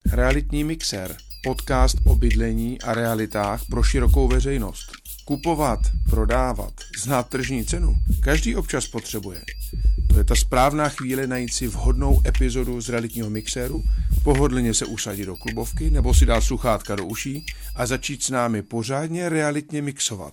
Realitní mixér, podcast o bydlení a realitách pro širokou veřejnost. Kupovat, prodávat, znát tržní cenu, každý občas potřebuje. To je ta správná chvíle najít si vhodnou epizodu z realitního mixéru, pohodlně se usadit do klubovky nebo si dát sluchátka do uší a začít s námi pořádně realitně mixovat.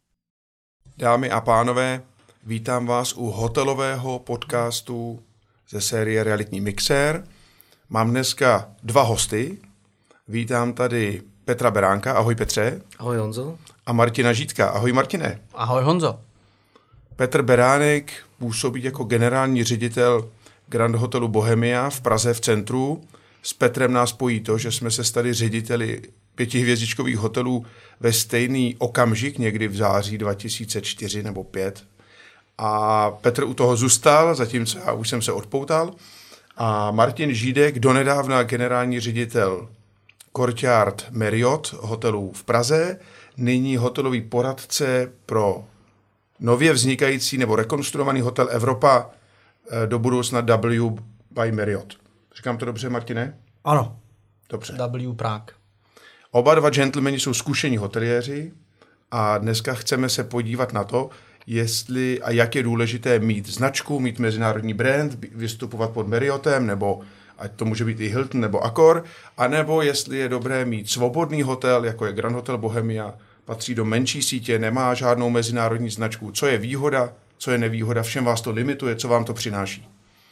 Dámy a pánové, vítám vás u hotelového podcastu ze série Realitní mixér. Mám dneska dva hosty. Vítám tady Petra Beránka. Ahoj Petře. Ahoj Honzo. A Martina Žítka. Ahoj Martine. Ahoj Honzo. Petr Beránek působí jako generální ředitel Grand Hotelu Bohemia v Praze v centru. S Petrem nás spojí to, že jsme se stali řediteli 5hvězdičkových hotelů ve stejný okamžik, někdy v září 2004 nebo 5. A Petr u toho zůstal, zatímco já už jsem se odpoutal. A Martin Žídek, donedávna generální ředitel Courtyard Marriott hotelů v Praze, nyní hotelový poradce pro nově vznikající nebo rekonstruovaný hotel Evropa, do budoucna W by Marriott. Říkám to dobře, Martine? Ano. Dobře. W Prague. Oba dva gentlemani jsou zkušení hoteliéři a dneska chceme se podívat na to, jestli a jak je důležité mít značku, mít mezinárodní brand, vystupovat pod Marriottem, nebo ať to může být i Hilton nebo Accor, anebo jestli je dobré mít svobodný hotel, jako je Grand Hotel Bohemia, patří do menší sítě, nemá žádnou mezinárodní značku. Co je výhoda, co je nevýhoda, všem vás to limituje, co vám to přináší.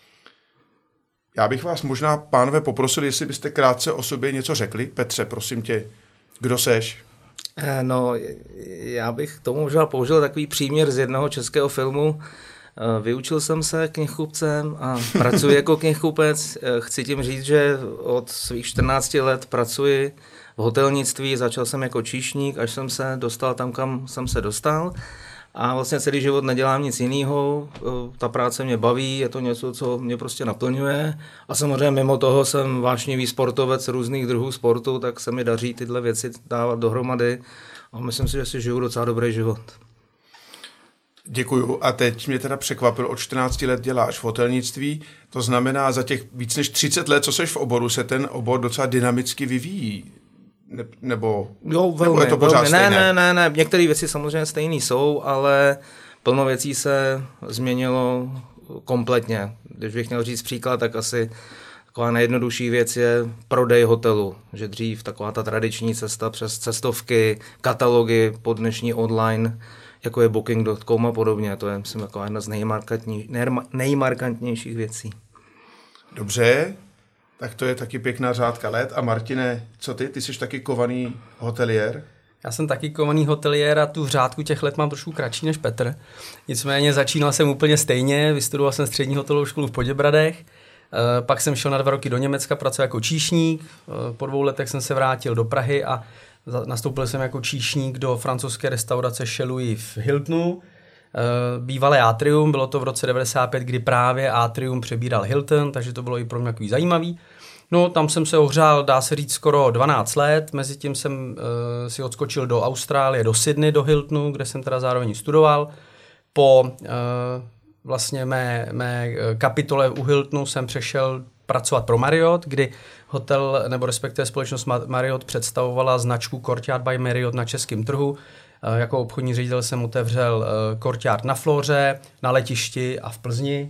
Já bych vás možná, pánové, poprosil, jestli byste krátce o sobě něco řekli. Petře, prosím tě, kdo seš? No, já bych tomu možná použil takový příměr z jednoho českého filmu. Vyučil jsem se knihkupcem a pracuji jako knihkupec. Chci tím říct, že od svých 14 let pracuji v hotelnictví. Začal jsem jako číšník, až jsem se dostal tam, kam jsem se dostal. A vlastně celý život nedělám nic jiného. Ta práce mě baví, je to něco, co mě prostě naplňuje. A samozřejmě mimo toho jsem vášnivý sportovec různých druhů sportu, tak se mi daří tyhle věci dávat dohromady. A myslím si, že si žiju docela dobrý život. Děkuju. A teď mě teda překvapil, od 14 let děláš v hotelnictví, to znamená za těch víc než 30 let, co seš v oboru, se ten obor docela dynamicky vyvíjí. Nebo je to pořád stejné? Ne, některé věci samozřejmě stejné jsou, ale plno věcí se změnilo kompletně. Když bych měl říct příklad, tak asi taková nejjednodušší věc je prodej hotelu, že dřív taková ta tradiční cesta přes cestovky, katalogy po dnešní online, jako je Booking.com a podobně, to je myslím taková jedna z nejmarkantnějších věcí. Dobře. Tak to je taky pěkná řádka let. A Martine, co ty? Ty jsi taky kovaný hoteliér? Já jsem taky kovaný hoteliér a tu řádku těch let mám trošku kratší než Petr. Nicméně začínal jsem úplně stejně, vystudoval jsem střední hotelovou školu v Poděbradech, pak jsem šel na 2 roky do Německa, pracoval jako číšník, po 2 letech jsem se vrátil do Prahy a nastoupil jsem jako číšník do francouzské restaurace Chez Louis v Hiltonu. Bývalé Atrium, bylo to v roce 95, kdy právě Atrium přebíral Hilton, takže to bylo i pro mě takový zajímavý. No, tam jsem se ohřál, dá se říct, skoro 12 let, mezitím jsem si odskočil do Austrálie, do Sydney, do Hiltonu, kde jsem teda zároveň studoval. Po vlastně mé kapitole u Hiltonu jsem přešel pracovat pro Marriott, kdy hotel, nebo respektive společnost Marriott představovala značku Courtyard by Marriott na českém trhu. Jako obchodní ředitel jsem otevřel Courtyard na Flóře, na letišti a v Plzni.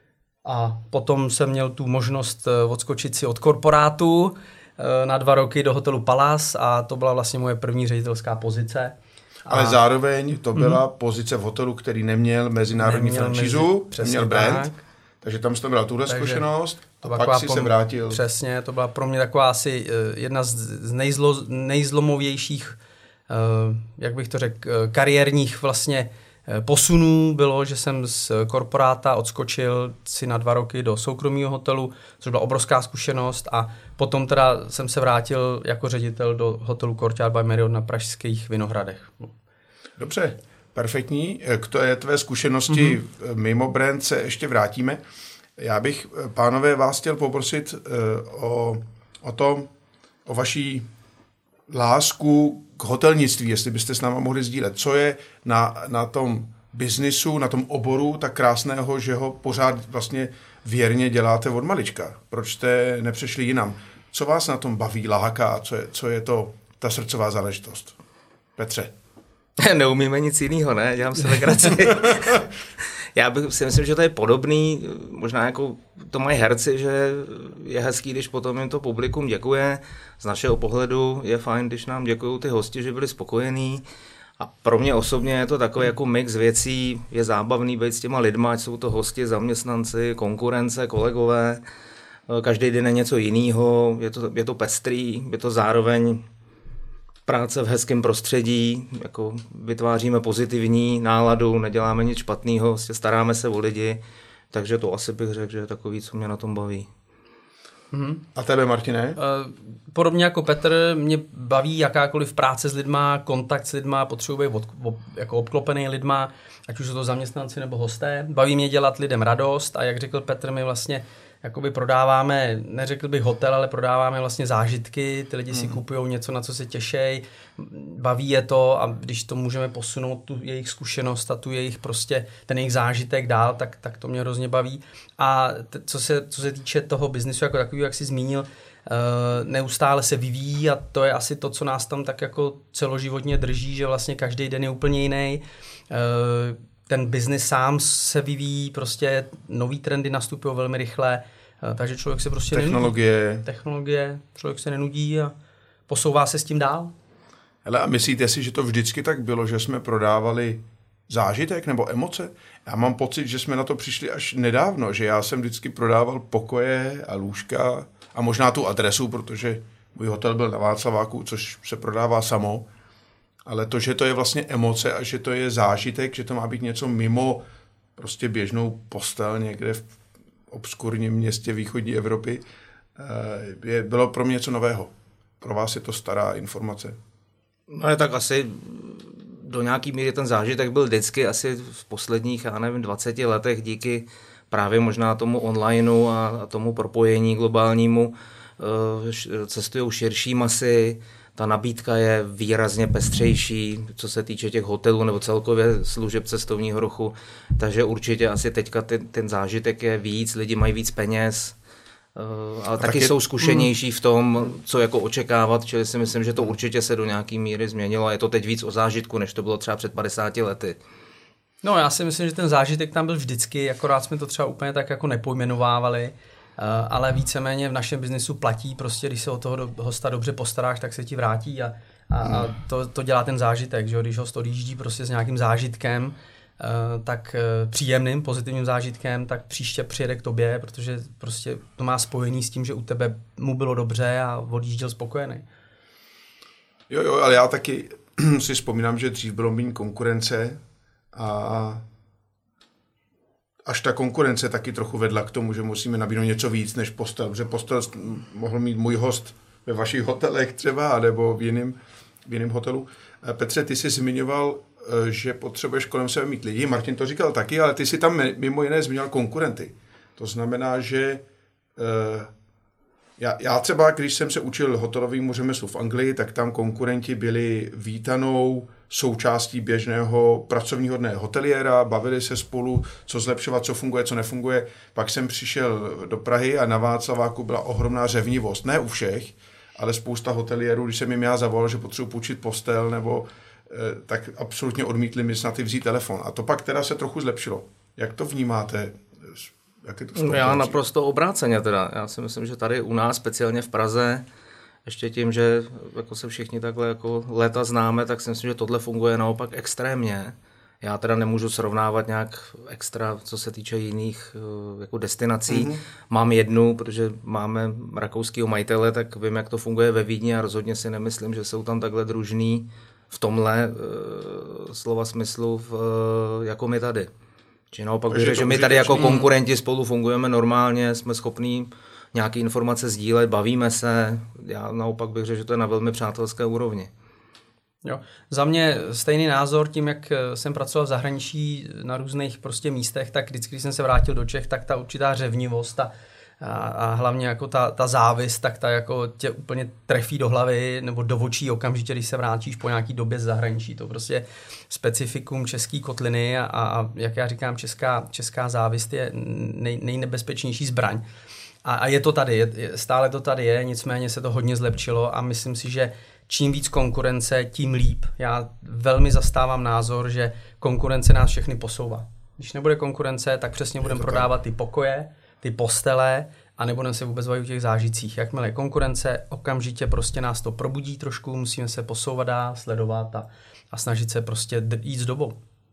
A potom jsem měl tu možnost odskočit si od korporátu na 2 roky do hotelu Palace a to byla vlastně moje první ředitelská pozice. Ale zároveň to byla pozice v hotelu, který neměl mezinárodní franšízu, neměl brand. Tak. Takže tam jsi to bral tuhle zkušenost a pak si se vrátil. Přesně, to byla pro mě taková asi jedna z nejzlomovějších jak bych to řekl, kariérních vlastně posunů bylo, že jsem z korporáta odskočil si na 2 roky do soukromého hotelu, což byla obrovská zkušenost a potom teda jsem se vrátil jako ředitel do hotelu Courtyard by Marriott na pražských Vinohradech. Dobře, perfektní. K tvé zkušenosti mimo brand se ještě vrátíme. Já bych, pánové, vás chtěl poprosit o vaší lásku k hotelnictví, jestli byste s náma mohli sdílet. Co je na tom biznisu, na tom oboru tak krásného, že ho pořád vlastně věrně děláte od malička? Proč jste nepřešli jinam? Co vás na tom baví, láká, co je to ta srdcová záležitost? Petře. Neumíme nic jiného, ne? Dělám si legraci. Já si myslím, že to je podobný, možná jako to mají herci, že je hezký, když potom jim to publikum děkuje. Z našeho pohledu je fajn, když nám děkují ty hosti, že byli spokojení. A pro mě osobně je to takový jako mix věcí, je zábavný být s těma lidma, ať jsou to hosti, zaměstnanci, konkurence, kolegové. Každý den je něco jiného, je to pestrý, je to zároveň práce v hezkém prostředí, jako vytváříme pozitivní náladu, neděláme nic špatného, staráme se o lidi, takže to asi bych řekl, že je takový, co mě na tom baví. A tebe, Martine? Podobně jako Petr, mě baví jakákoliv práce s lidma, kontakt s lidma, potřebuji být jako obklopený lidma, ať už jsou to zaměstnanci nebo hosté. Baví mě dělat lidem radost a jak řekl Petr, my vlastně jakoby prodáváme, neřekl bych hotel, ale prodáváme vlastně zážitky, ty lidi si kupují něco, na co se těšejí, baví je to a když to můžeme posunout, tu jejich zkušenost a tu jejich prostě, ten jejich zážitek dál, tak to mě hrozně baví. A co se týče toho biznisu jako takový, jak jsi zmínil, neustále se vyvíjí a to je asi to, co nás tam tak jako celoživotně drží, že vlastně každý den je úplně jiný. Ten biznis sám se vyvíjí, prostě nový trendy nastupují velmi rychle, takže člověk se prostě Technologie, člověk se nenudí a posouvá se s tím dál. Hele, a myslíte si, že to vždycky tak bylo, že jsme prodávali zážitek nebo emoce? Já mám pocit, že jsme na to přišli až nedávno, že já jsem vždycky prodával pokoje a lůžka a možná tu adresu, protože můj hotel byl na Václaváku, což se prodává samo. Ale to, že to je vlastně emoce a že to je zážitek, že to má být něco mimo prostě běžnou postel někde v obskurním městě východní Evropy, bylo pro mě něco nového. Pro vás je to stará informace. No tak asi do nějaký míry ten zážitek byl vždycky asi v posledních, 20 letech díky právě možná tomu onlineu a tomu propojení globálnímu cestují širší masy. Ta nabídka je výrazně pestřejší, co se týče těch hotelů nebo celkově služeb cestovního ruchu, takže určitě asi teďka ten zážitek je víc, lidi mají víc peněz, ale taky jsou zkušenější v tom, co jako očekávat, čili si myslím, že to určitě se do nějaký míry změnilo a je to teď víc o zážitku, než to bylo třeba před 50 lety. No já si myslím, že ten zážitek tam byl vždycky, akorát jsme to třeba úplně tak jako nepojmenovávali, ale víceméně v našem biznesu platí prostě, když se o toho hosta dobře postaráš, tak se ti vrátí a to dělá ten zážitek, že když host odjíždí prostě s nějakým zážitkem, tak příjemným, pozitivním zážitkem, tak příště přijede k tobě, protože prostě to má spojený s tím, že u tebe mu bylo dobře a odjížděl spokojený. Jo, ale já taky si vzpomínám, že dřív bylo méně konkurence a až ta konkurence taky trochu vedla k tomu, že musíme nabídnout něco víc než postel, protože postel mohl mít můj host ve vašich hotelech třeba, nebo v jiném hotelu. Petře, ty jsi zmiňoval, že potřebuješ kolem sebe mít lidi, Martin to říkal taky, ale ty jsi tam mimo jiné zmiňoval konkurenty. To znamená, že já třeba, když jsem se učil hotelovému řemeslu v Anglii, tak tam konkurenti byli vítanou součástí běžného pracovního dne hoteliéra, bavili se spolu, co zlepšovat, co funguje, co nefunguje. Pak jsem přišel do Prahy a na Václaváku byla ohromná řevnivost. Ne u všech, ale spousta hoteliérů, když jsem jim já zavolal, že potřebuji půjčit postel, nebo tak absolutně odmítli mi snad i vzít telefon. A to pak teda se trochu zlepšilo. Jak to vnímáte? Jak je to já naprosto obráceně teda. Já si myslím, že tady u nás, speciálně v Praze, ještě tím, že jako se všichni takhle jako léta známe, tak si myslím, že tohle funguje naopak extrémně. Já teda nemůžu srovnávat nějak extra, co se týče jiných jako destinací. Mám jednu, protože máme rakouského majitele, tak vím, jak to funguje ve Vídni a rozhodně si nemyslím, že jsou tam takhle družní v tomhle slova smyslu jako my tady. Či naopak bych řekl, že my tady jako konkurenti spolu fungujeme normálně, jsme schopní nějaké informace sdílet, bavíme se. Já naopak bych řekl, že to je na velmi přátelské úrovni. Jo. Za mě stejný názor, tím, jak jsem pracoval v zahraničí na různých prostě místech, tak vždycky, když jsem se vrátil do Čech, tak ta určitá řevnivost a hlavně jako ta závist, tak ta jako tě úplně trefí do hlavy nebo do očí okamžitě, když se vrátíš po nějaký době z zahraničí. To prostě specifikum české kotliny a jak já říkám, česká závist je nejnebezpečnější zbraň. A je to tady, stále to tady je, nicméně se to hodně zlepšilo a myslím si, že čím víc konkurence, tím líp. Já velmi zastávám názor, že konkurence nás všechny posouvá. Když nebude konkurence, tak přesně budeme prodávat ty pokoje, ty postele a nebudeme se vůbec bavit o těch zážitcích. Jakmile je konkurence, okamžitě prostě nás to probudí trošku, musíme se posouvat dál, sledovat a snažit se prostě jít s dobou.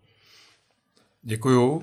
Děkuju.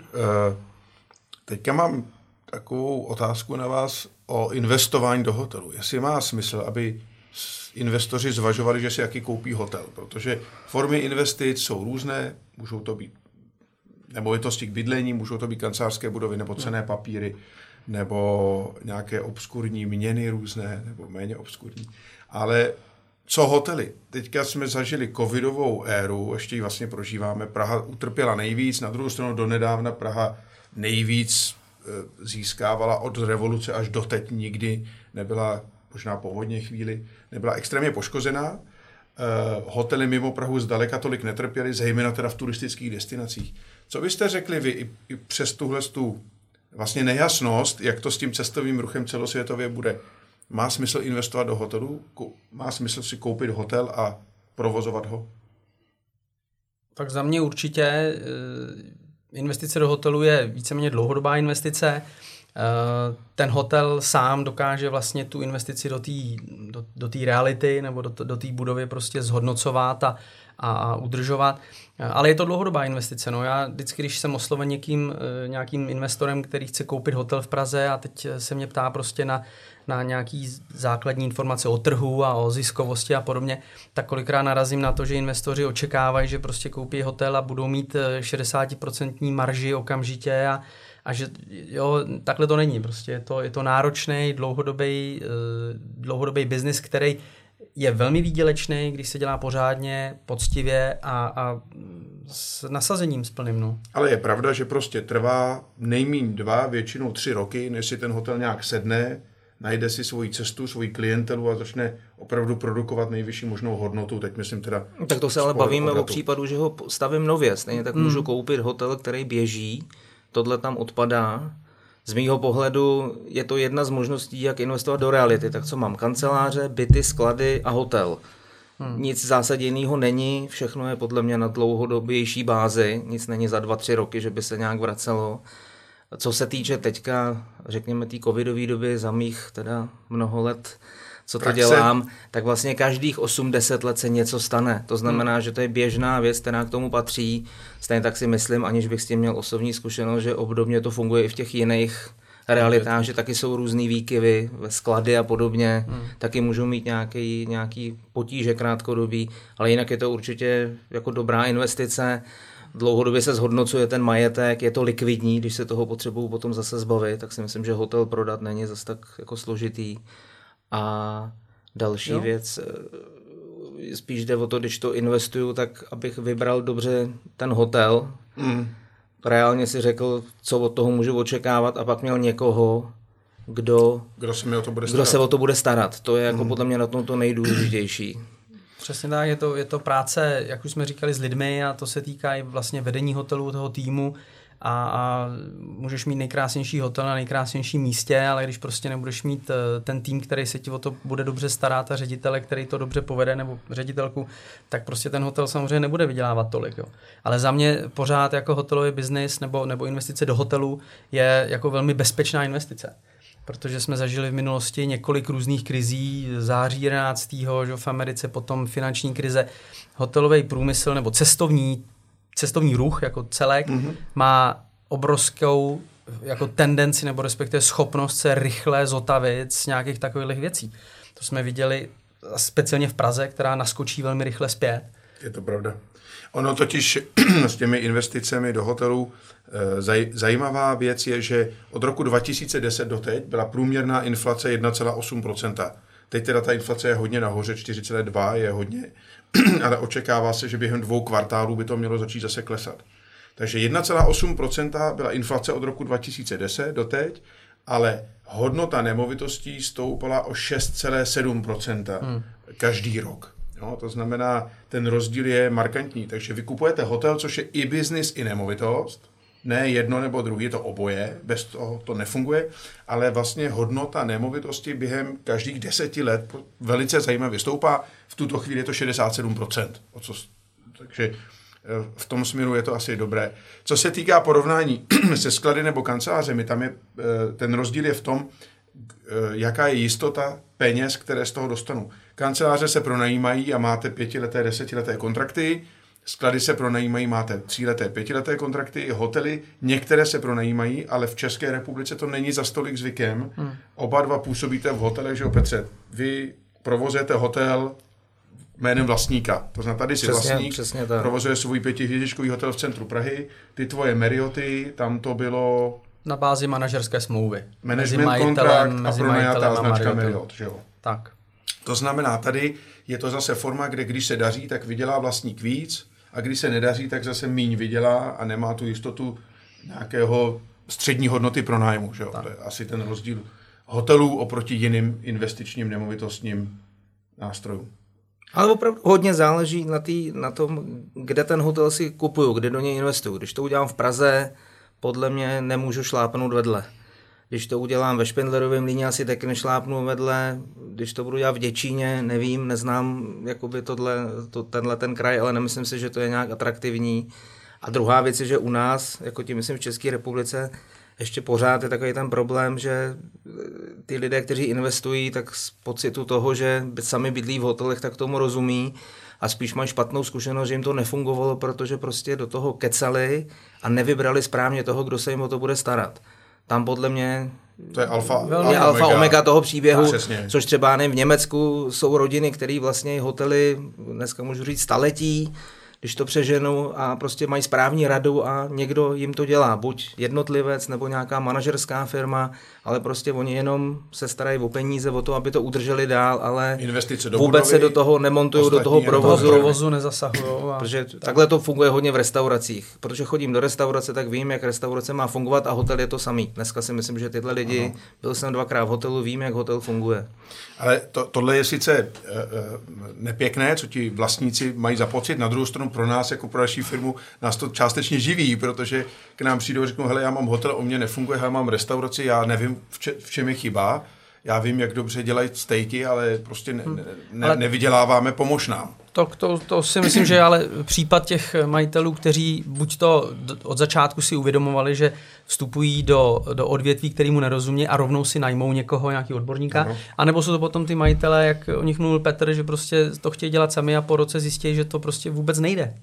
Teďka mám takovou otázku na vás o investování do hotelu. Jestli má smysl, aby investoři zvažovali, že si jaký koupí hotel, protože formy investic jsou různé, můžou to být nemovitosti k bydlení, můžou to být kancelářské budovy nebo cenné papíry, nebo nějaké obskurní měny různé, nebo méně obskurní. Ale co hotely? Teďka jsme zažili covidovou éru, ještě ji vlastně prožíváme. Praha utrpěla nejvíc, na druhou stranu donedávna Praha nejvíc získávala od revoluce až doteď nikdy nebyla, možná po hodně chvíli, nebyla extrémně poškozená. Hotely mimo Prahu zdaleka tolik netrpěly, zejména teda v turistických destinacích. Co byste řekli vy i přes tuhle vlastně nejasnost, jak to s tím cestovním ruchem celosvětově bude? Má smysl investovat do hotelu? Má smysl si koupit hotel a provozovat ho? Tak za mě určitě investice do hotelu je víceméně dlouhodobá investice. Ten hotel sám dokáže vlastně tu investici do té reality nebo do té budovy prostě zhodnocovat a udržovat. Ale je to dlouhodobá investice. No. Já vždycky, když jsem osloven nějakým investorem, který chce koupit hotel v Praze a teď se mě ptá prostě na nějaký základní informace o trhu a o ziskovosti a podobně, tak kolikrát narazím na to, že investoři očekávají, že prostě koupí hotel a budou mít 60% marži okamžitě a že jo, takhle to není. Prostě je to náročný, dlouhodobý biznis, který je velmi výdělečný, když se dělá pořádně, poctivě a s nasazením s plným. No. Ale je pravda, že prostě trvá nejméně 2, většinou 3 roky, než si ten hotel nějak sedne, najde si svoji cestu, svoji klientelu a začne opravdu produkovat nejvyšší možnou hodnotu. Teď myslím teda... Tak to se ale bavíme o případu, že ho stavím nově. Stejně tak můžu koupit hotel, který běží, tohle tam odpadá. Z mýho pohledu je to jedna z možností, jak investovat do reality. Tak co mám? Kanceláře, byty, sklady a hotel. Nic zásadně jiného není, všechno je podle mě na dlouhodobější bázi, nic není za 2-3 roky, že by se nějak vracelo. Co se týče teďka, řekněme, té covidové doby, za mých teda mnoho let, co to dělám, tak vlastně každých 8-10 let se něco stane. To znamená, že to je běžná věc, která k tomu patří. Stejně tak si myslím, aniž bych s tím měl osobní zkušenost, že obdobně to funguje i v těch jiných realitách, že taky jsou různý výkyvy, sklady a podobně, taky můžou mít nějaký potíže krátkodobí, ale jinak je to určitě jako dobrá investice. Dlouhodobě se zhodnocuje ten majetek, je to likvidní, když se toho potřebují potom zase zbavit, tak si myslím, že hotel prodat není zase tak jako složitý. A další věc, spíš jde o to, když to investuju, tak abych vybral dobře ten hotel, reálně si řekl, co od toho můžu očekávat a pak měl někoho, kdo se o to bude starat. To je jako podle mě na tom to nejdůležitější. Přesně tak, je to práce, jak už jsme říkali, s lidmi a to se týká i vlastně vedení hotelu, toho týmu a můžeš mít nejkrásnější hotel na nejkrásnějším místě, ale když prostě nebudeš mít ten tým, který se ti o to bude dobře starat a ředitele, který to dobře povede, nebo ředitelku, tak prostě ten hotel samozřejmě nebude vydělávat tolik. Jo. Ale za mě pořád jako hotelový biznis nebo investice do hotelu je jako velmi bezpečná investice. Protože jsme zažili v minulosti několik různých krizí, září 11. Že v Americe, potom finanční krize. Hotelový průmysl nebo cestovní ruch jako celek má obrovskou jako tendenci nebo respektive schopnost se rychle zotavit z nějakých takových věcí. To jsme viděli speciálně v Praze, která naskočí velmi rychle zpět. Je to pravda. Ono totiž s těmi investicemi do hotelů zajímavá věc je, že od roku 2010 do teď byla průměrná inflace 1,8%. Teď teda ta inflace je hodně nahoře, 4,2 je hodně, ale očekává se, že během 2 kvartálů by to mělo začít zase klesat. Takže 1,8% byla inflace od roku 2010 do teď, ale hodnota nemovitostí stoupala o 6,7% každý rok. No, to znamená, ten rozdíl je markantní. Takže vy kupujete hotel, což je i biznis, i nemovitost, ne jedno nebo druhý, je to oboje, bez toho to nefunguje, ale vlastně hodnota nemovitosti během každých 10 let velice zajímavě stoupá. V tuto chvíli je to 67%. Takže v tom směru je to asi dobré. Co se týká porovnání se sklady nebo kancelářemi, tam je ten rozdíl je v tom, jaká je jistota peněz, které z toho dostanu. Kanceláře se pronajímají a máte 5leté, 10leté kontrakty, sklady se pronajímají, máte 3leté, 5leté kontrakty, hotely, některé se pronajímají, ale v České republice to není za stolik zvykem. Oba dva působíte v hotelech, že jo, Petře? Vy provozujete hotel jménem vlastníka. To znamená, tady si vlastník provozuje svůj 5hvězdičkový hotel v centru Prahy, ty tvoje Marrioty, tam to bylo na bázi manažerské smlouvy. Management kontrakt a pronajatá značka Marriott, že jo? Tak. To znamená, tady je to zase forma, kde když se daří, tak vydělá vlastník víc a když se nedaří, tak zase míň vydělá a nemá tu jistotu nějakého střední hodnoty pronájmu, že jo? To je asi ten rozdíl hotelů oproti jiným investičním nemovitostním nástrojům. Ale opravdu hodně záleží na tom, kde ten hotel si kupuju, kde do něj investuju. Když to udělám v Praze, podle mě nemůžu šlápnout vedle. Když to udělám ve Špindlerovém Mlýně, asi taky nešlápnu vedle. Když to budu dělat v Děčíně, nevím, neznám jakoby tenhle ten kraj, ale nemyslím si, že to je nějak atraktivní. A druhá věc je, že u nás, jako tím myslím v České republice, ještě pořád je takový ten problém, že ty lidé, kteří investují, tak z pocitu toho, že sami bydlí v hotelech, tak tomu rozumí a spíš mají špatnou zkušenost, že jim to nefungovalo, protože prostě do toho kecali a nevybrali správně toho, kdo se jim o to bude starat. Tam podle mě to je alfa omega toho příběhu, přesně. Což třeba v Německu jsou rodiny, které vlastně hotely, dneska můžu říct staletí, když to přeženu a prostě mají správní radu a někdo jim to dělá, buď jednotlivec nebo nějaká manažerská firma, ale prostě oni jenom se starají o peníze, o to, aby to udrželi dál, ale investice do vůbec budovy, se do toho nemontují, do toho provozu nezasahují. Protože takhle to funguje hodně v restauracích. Protože chodím do restaurace, tak vím, jak restaurace má fungovat a hotel je to samý. Dneska si myslím, že tyhle lidi, byl jsem 2krát v hotelu, vím, jak hotel funguje. Ale tohle je sice nepěkné, co ti vlastníci mají za pocit, na druhou stranu pro nás, jako pro naší firmu, nás to částečně živí, protože k nám přijdou a řeknou, hele, já mám hotel, u mě nefunguje, já mám restauraci, já nevím, v čem je chyba, já vím, jak dobře dělají stejky, ale prostě nevyděláváme, pomož nám. To si myslím, že je ale případ těch majitelů, kteří buď to od začátku si uvědomovali, že vstupují do odvětví, kterému nerozumí a rovnou si najmou někoho, nějaký odborníka, anebo jsou to potom ty majitelé, jak o nich mluvil Petr, že prostě to chtějí dělat sami a po roce zjistí, že to prostě vůbec nejde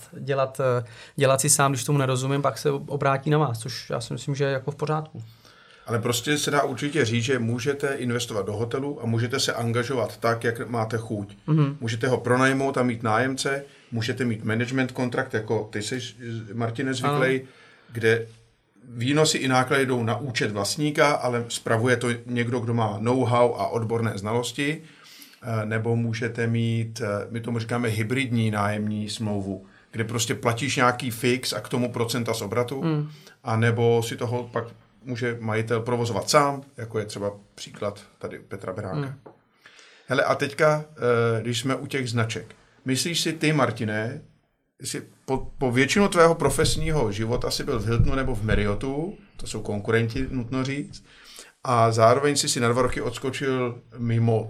dělat si sám, když tomu nerozumím, pak se obrátí na vás, což já si myslím, že je jako v pořádku. Ale prostě se dá určitě říct, že můžete investovat do hotelu a můžete se angažovat tak, jak máte chuť. Můžete ho pronajmout a mít nájemce, můžete mít management kontrakt, jako ty jsi, Martine, zvyklý, kde výnosy i náklady jdou na účet vlastníka, ale spravuje to někdo, kdo má know-how a odborné znalosti, nebo můžete mít, my tomu říkáme hybridní nájemní smlouvu, kde prostě platíš nějaký fix a k tomu procenta z obratu, a nebo si toho pak může majitel provozovat sám, jako je třeba příklad tady Petra Beráka. Hele, a teďka, když jsme u těch značek, myslíš si ty, Martine, jsi po většinu tvého profesního života si byl v Hiltonu nebo v Marriottu, to jsou konkurenti, nutno říct, a zároveň si na 2 roky odskočil mimo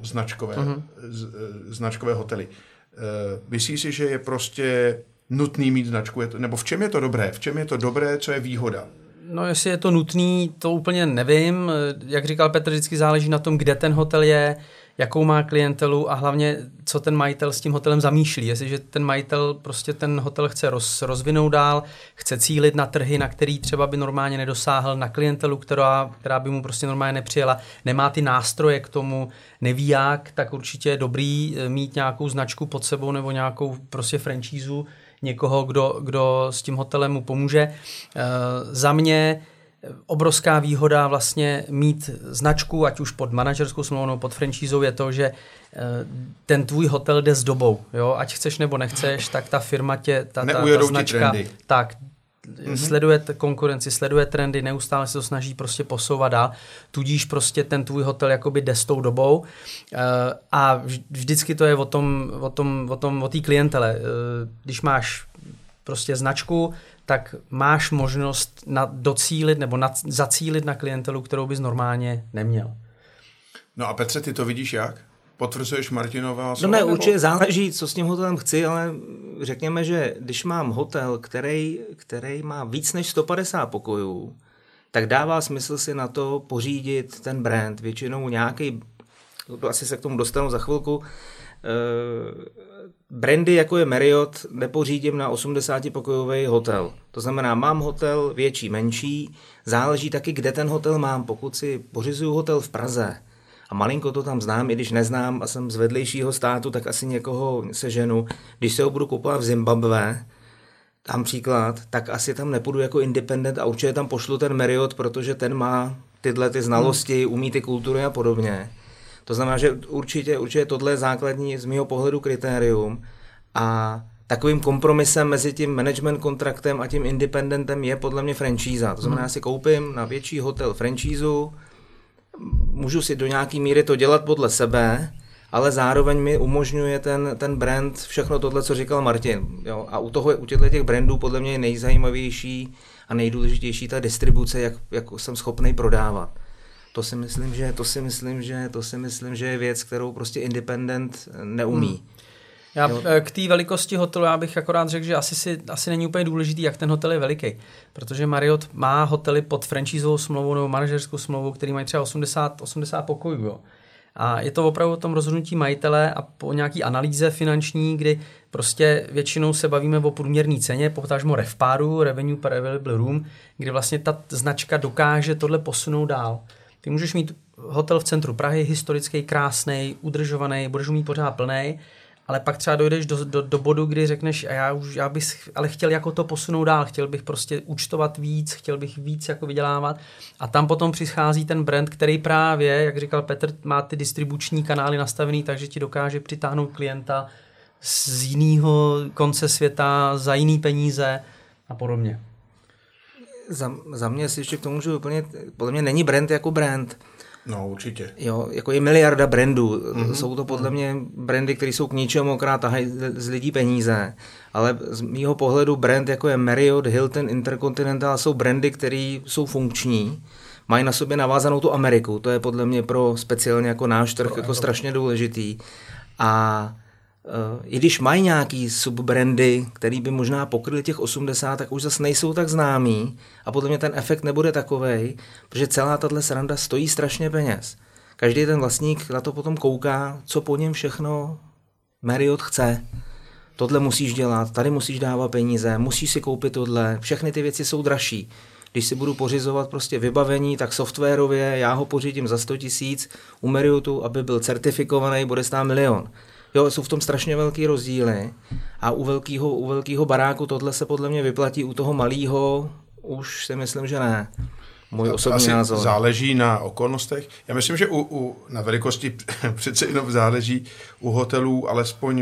značkové hotely. Myslíš si, že je prostě nutný mít značku, nebo v čem je to dobré? V čem je to dobré, co je výhoda? No, jestli je to nutný, to úplně nevím. Jak říkal Petr, vždycky záleží na tom, kde ten hotel je, jakou má klientelu a hlavně, co ten majitel s tím hotelem zamýšlí. Jestliže ten majitel prostě ten hotel chce rozvinout dál, chce cílit na trhy, na který třeba by normálně nedosáhl, na klientelu, která by mu prostě normálně nepřijela, nemá ty nástroje k tomu, neví jak, tak určitě je dobrý mít nějakou značku pod sebou nebo nějakou prostě franšízu, někoho, kdo s tím hotelem mu pomůže. Za mě obrovská výhoda vlastně mít značku, ať už pod manažerskou smlouvou nebo pod franšízou, je to, že ten tvůj hotel jde s dobou. Jo? Ať chceš nebo nechceš, tak ta firma ta značka tak sleduje konkurenci, sleduje trendy, neustále se to snaží prostě posouvat dál, tudíž prostě ten tvůj hotel jakoby jde s tou dobou a vždycky to je o té klientele. Když máš prostě značku, tak máš možnost docílit nebo zacílit na klientelu, kterou bys normálně neměl. No a Petře, ty to vidíš jak? Potvrzuješ Martinova slova? No ne, určitě záleží, co s tím hotelem chci, ale řekněme, že když mám hotel, který má víc než 150 pokojů, tak dává smysl si na to pořídit ten brand. Většinou nějaký, asi se k tomu dostanu za chvilku, brandy, jako je Marriott, nepořídím na 80-pokojový hotel. To znamená, mám hotel větší, menší, záleží taky, kde ten hotel mám. Pokud si pořizuju hotel v Praze a malinko to tam znám, i když neznám a jsem z vedlejšího státu, tak asi někoho seženu. Když se ho budu kupovat v Zimbabwe, tam příklad, tak asi tam nepůjdu jako independent a určitě tam pošlu ten Marriott, protože ten má tyhle ty znalosti, umí ty kultury a podobně. To znamená, že určitě tohle je základní z mého pohledu kritérium a takovým kompromisem mezi tím management kontraktem a tím independentem je podle mě franšíza. To znamená, já si koupím na větší hotel franšízu, můžu si do nějaký míry to dělat podle sebe, ale zároveň mi umožňuje ten brand všechno tohle, co říkal Martin. Jo? A u těch brandů podle mě je nejzajímavější a nejdůležitější ta distribuce, jak jsem schopný prodávat. To si myslím, že je věc, kterou prostě independent neumí. K té velikosti hotelu já bych akorát řekl, že asi není úplně důležitý, jak ten hotel je veliký, protože Marriott má hotely pod franšízovou smlouvou nebo manažerskou smlouvou, který mají třeba 80 pokojů. Jo. A je to opravdu o tom rozhodnutí majitele a po nějaký analýze finanční, kdy prostě většinou se bavíme o průměrné ceně, potažmo RevPARu, Revenue per Available Room, kdy vlastně ta značka dokáže tohle posunout dál. Ty můžeš mít hotel v centru Prahy, historický, krásný, udržovaný, budeš mít pořád plný, ale pak třeba dojdeš do bodu, kdy řekneš, já bych ale chtěl jako to posunout dál, chtěl bych prostě účtovat víc, chtěl bych víc jako vydělávat a tam potom přichází ten brand, který právě, jak říkal Petr, má ty distribuční kanály nastavený, takže ti dokáže přitáhnout klienta z jiného konce světa, za jiný peníze a podobně. Za mě si ještě k tomu můžu úplně, podle mě není brand jako brand. No, určitě. Jo, jako je miliarda brandů. Jsou to podle mě brandy, které jsou k ničemu, akorát tahají z lidí peníze. Ale z mýho pohledu brand, jako je Marriott, Hilton, Intercontinental, jsou brandy, které jsou funkční, mají na sobě navázanou tu Ameriku. To je podle mě pro speciálně jako náš trh jako strašně důležitý. A i když mají nějaký subbrandy, který by možná pokryly těch 80, tak už zase nejsou tak známý a podle mě ten efekt nebude takovej, protože celá tato sranda stojí strašně peněz. Každý ten vlastník na to potom kouká, co po něm všechno Marriott chce. Tohle musíš dělat, tady musíš dávat peníze, musíš si koupit tohle, všechny ty věci jsou dražší. Když si budu pořizovat prostě vybavení, tak softwarově já ho pořídím za 100 000 u Marriottu, aby byl certifikovaný, bude stát 1 000 000. Jo, jsou v tom strašně velký rozdíly a u velkého baráku tohle se podle mě vyplatí, u toho malého už si myslím, že ne. Můj osobní názor. Záleží na okolnostech. Já myslím, že na velikosti přece jenom záleží u hotelů, alespoň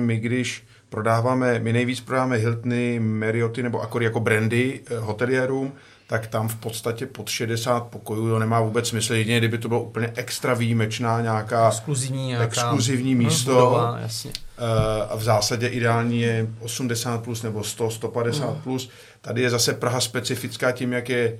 my nejvíc prodáváme Hiltony, Marriotty nebo Accory jako brandy hoteliérům, tak tam v podstatě pod 60 pokojů to nemá vůbec smysl, jedině kdyby to bylo úplně extra výjimečná nějaká exkluzivní místo. Budova, jasně. A v zásadě ideální je 80 plus nebo 100, 150 plus. Tady je zase Praha specifická tím, jak je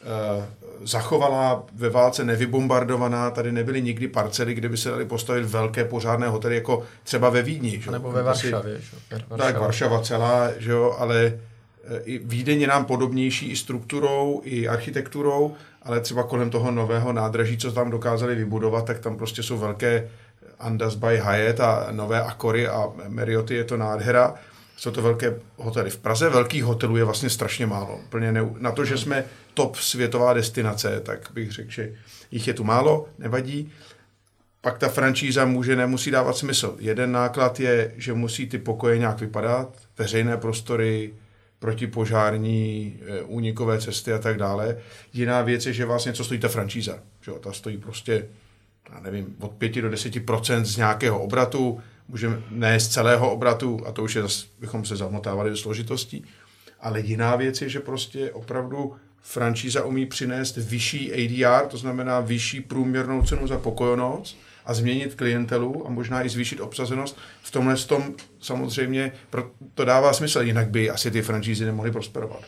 zachovalá, ve válce nevybombardovaná, tady nebyly nikdy parcely, kde by se dali postavit velké pořádné hotely, jako třeba ve Vídni. Že? Nebo ve Varšavě. Tak Varšava celá, že jo, ale i Vídeň je nám podobnější i strukturou, i architekturou, ale třeba kolem toho nového nádraží, co tam dokázali vybudovat, tak tam prostě jsou velké Andaz by Hyatt a nové Accory a Marriotty, je to nádhera. Jsou to velké hotely. V Praze velkých hotelů je vlastně strašně málo. Na to, že jsme top světová destinace, tak bych řekl, že jich je tu málo, nevadí. Pak ta franšíza nemusí dávat smysl. Jeden náklad je, že musí ty pokoje nějak vypadat, veřejné prostory, protipožární, únikové cesty a tak dále. Jiná věc je, že vás něco stojí ta franšíza. Že? Ta stojí prostě, já nevím, od 5 do 10% z nějakého obratu, můžeme ne z celého obratu, a to už je zase, bychom se zamotávali do složitostí. Ale jiná věc je, že prostě opravdu franšíza umí přinést vyšší ADR, to znamená vyšší průměrnou cenu za pokojonoc, a změnit klientelu a možná i zvýšit obsazenost. V tomhle tom samozřejmě to dává smysl, jinak by asi ty franšízy nemohly prosperovat.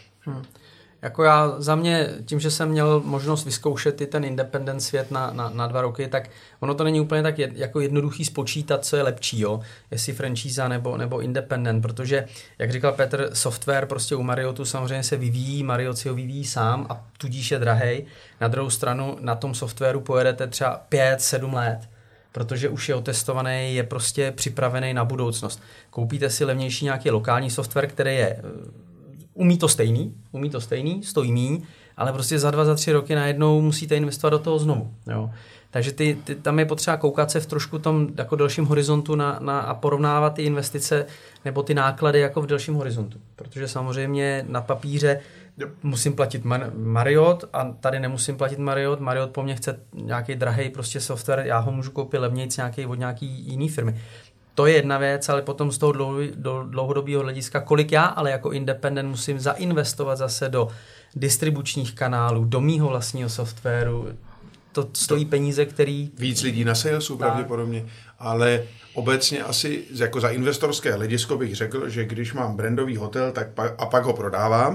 Jako já za mě, tím, že jsem měl možnost vyzkoušet i ten independent svět na 2 roky, tak ono to není úplně tak jako jednoduchý spočítat, co je lepší, jo? Jestli franšíza nebo independent, protože, jak říkal Petr, software prostě u Marriotu samozřejmě se vyvíjí, Marriott si ho vyvíjí sám a tudíž je drahej. Na druhou stranu na tom softwaru pojedete třeba 5-7 let, protože už je otestovaný, je prostě připravený na budoucnost. Koupíte si levnější nějaký lokální software, který je umí to stejný, stojí míň, ale prostě za 2-3 roky najednou musíte investovat do toho znovu. Jo. Takže tam je potřeba koukat se v trošku tom jako delším horizontu a porovnávat ty investice nebo ty náklady jako v delším horizontu. Protože samozřejmě na papíře musím platit Marriott a tady nemusím platit Marriott. Marriott po mně chce nějaký drahej prostě software, já ho můžu koupit levnějc od nějaký jiný firmy. To je jedna věc, ale potom z toho dlouhodobého hlediska, kolik já, ale jako independent musím zainvestovat zase do distribučních kanálů, do mýho vlastního softwaru. To stojí peníze, který... Víc lidí na salesu pravděpodobně, ale obecně asi jako za investorské hledisko bych řekl, že když mám brandový hotel a pak ho prodávám,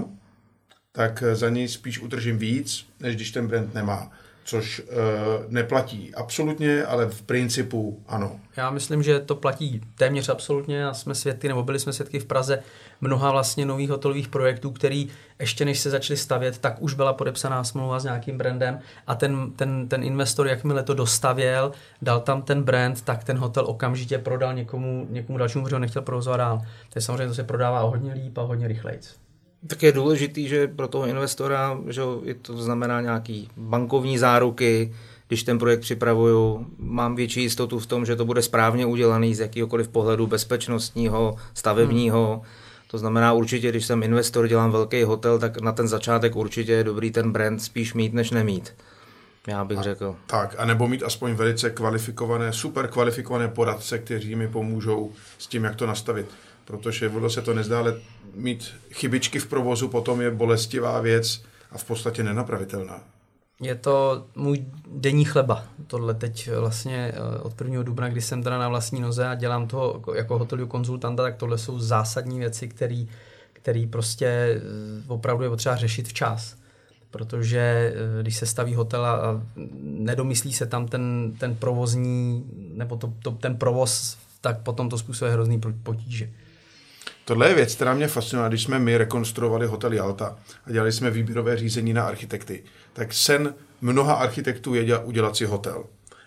tak za něj spíš utržím víc, než když ten brand nemá. Což neplatí absolutně, ale v principu ano. Já myslím, že to platí téměř absolutně a byli jsme svědky v Praze mnoha vlastně nových hotelových projektů, který ještě než se začali stavět, tak už byla podepsaná smlouva s nějakým brandem a ten investor, jakmile to dostavěl, dal tam ten brand, tak ten hotel okamžitě prodal někomu dalšímu, kdo ho nechtěl provozovat dál. Takže samozřejmě to se prodává hodně líp a hodně rychlejc. Tak je důležitý, že pro toho investora, že to znamená nějaký bankovní záruky, když ten projekt připravuju, mám větší jistotu v tom, že to bude správně udělaný z jakýhokoliv pohledu bezpečnostního, stavebního. To znamená určitě, když jsem investor, dělám velký hotel, tak na ten začátek určitě je dobrý ten brand spíš mít, než nemít. Já bych řekl. Tak, anebo mít aspoň velice super kvalifikované poradce, kteří mi pomůžou s tím, jak to nastavit. Protože ono se to nezdá, ale mít chybičky v provozu potom je bolestivá věc a v podstatě nenapravitelná. Je to můj denní chleba. Tohle teď vlastně od 1. dubna, kdy jsem teda na vlastní noze a dělám to jako hotelového konzultanta, tak tohle jsou zásadní věci, které prostě opravdu je potřeba řešit včas. Protože když se staví hotel a nedomyslí se tam ten provozní, nebo ten provoz, tak potom to způsobuje hrozný potíže. Tohle je věc, která mě fascinovala, když jsme my rekonstruovali hotel Jalta a dělali jsme výběrové řízení na architekty. Tak sen mnoha architektů je udělat si hotel.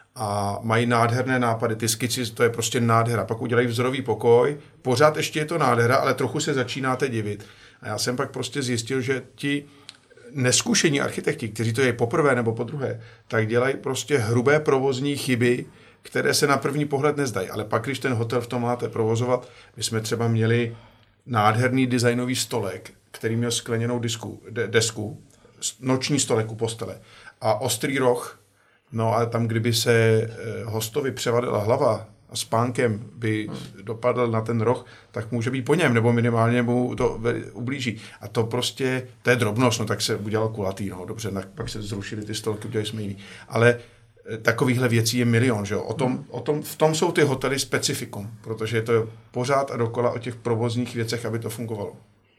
A mají nádherné nápady, ty skici, to je prostě nádhera. Pak udělají vzorový pokoj, pořád ještě je to nádhera, ale trochu se začínáte divit. A já jsem pak prostě zjistil, že ti neskušení architekti, kteří to je poprvé nebo podruhé, tak dělají prostě hrubé provozní chyby, které se na první pohled nezdají. Ale pak, když ten hotel v tom máte provozovat, my jsme třeba měli nádherný designový stolek, který měl skleněnou desku, noční stolek u postele a ostrý roh. No a tam, kdyby se hostovi převadila hlava a spánkem by dopadl na ten roh, tak může být po něm, nebo minimálně mu to ublíží. A to prostě, to je drobnost, no tak se udělal kulatý, no dobře, pak se zrušili ty stolky, udělali jsme jiný. Ale takovýchhle věcí je milion, že jo. V tom jsou ty hotely specifikum, protože je to pořád a dokola o těch provozních věcech, aby to fungovalo.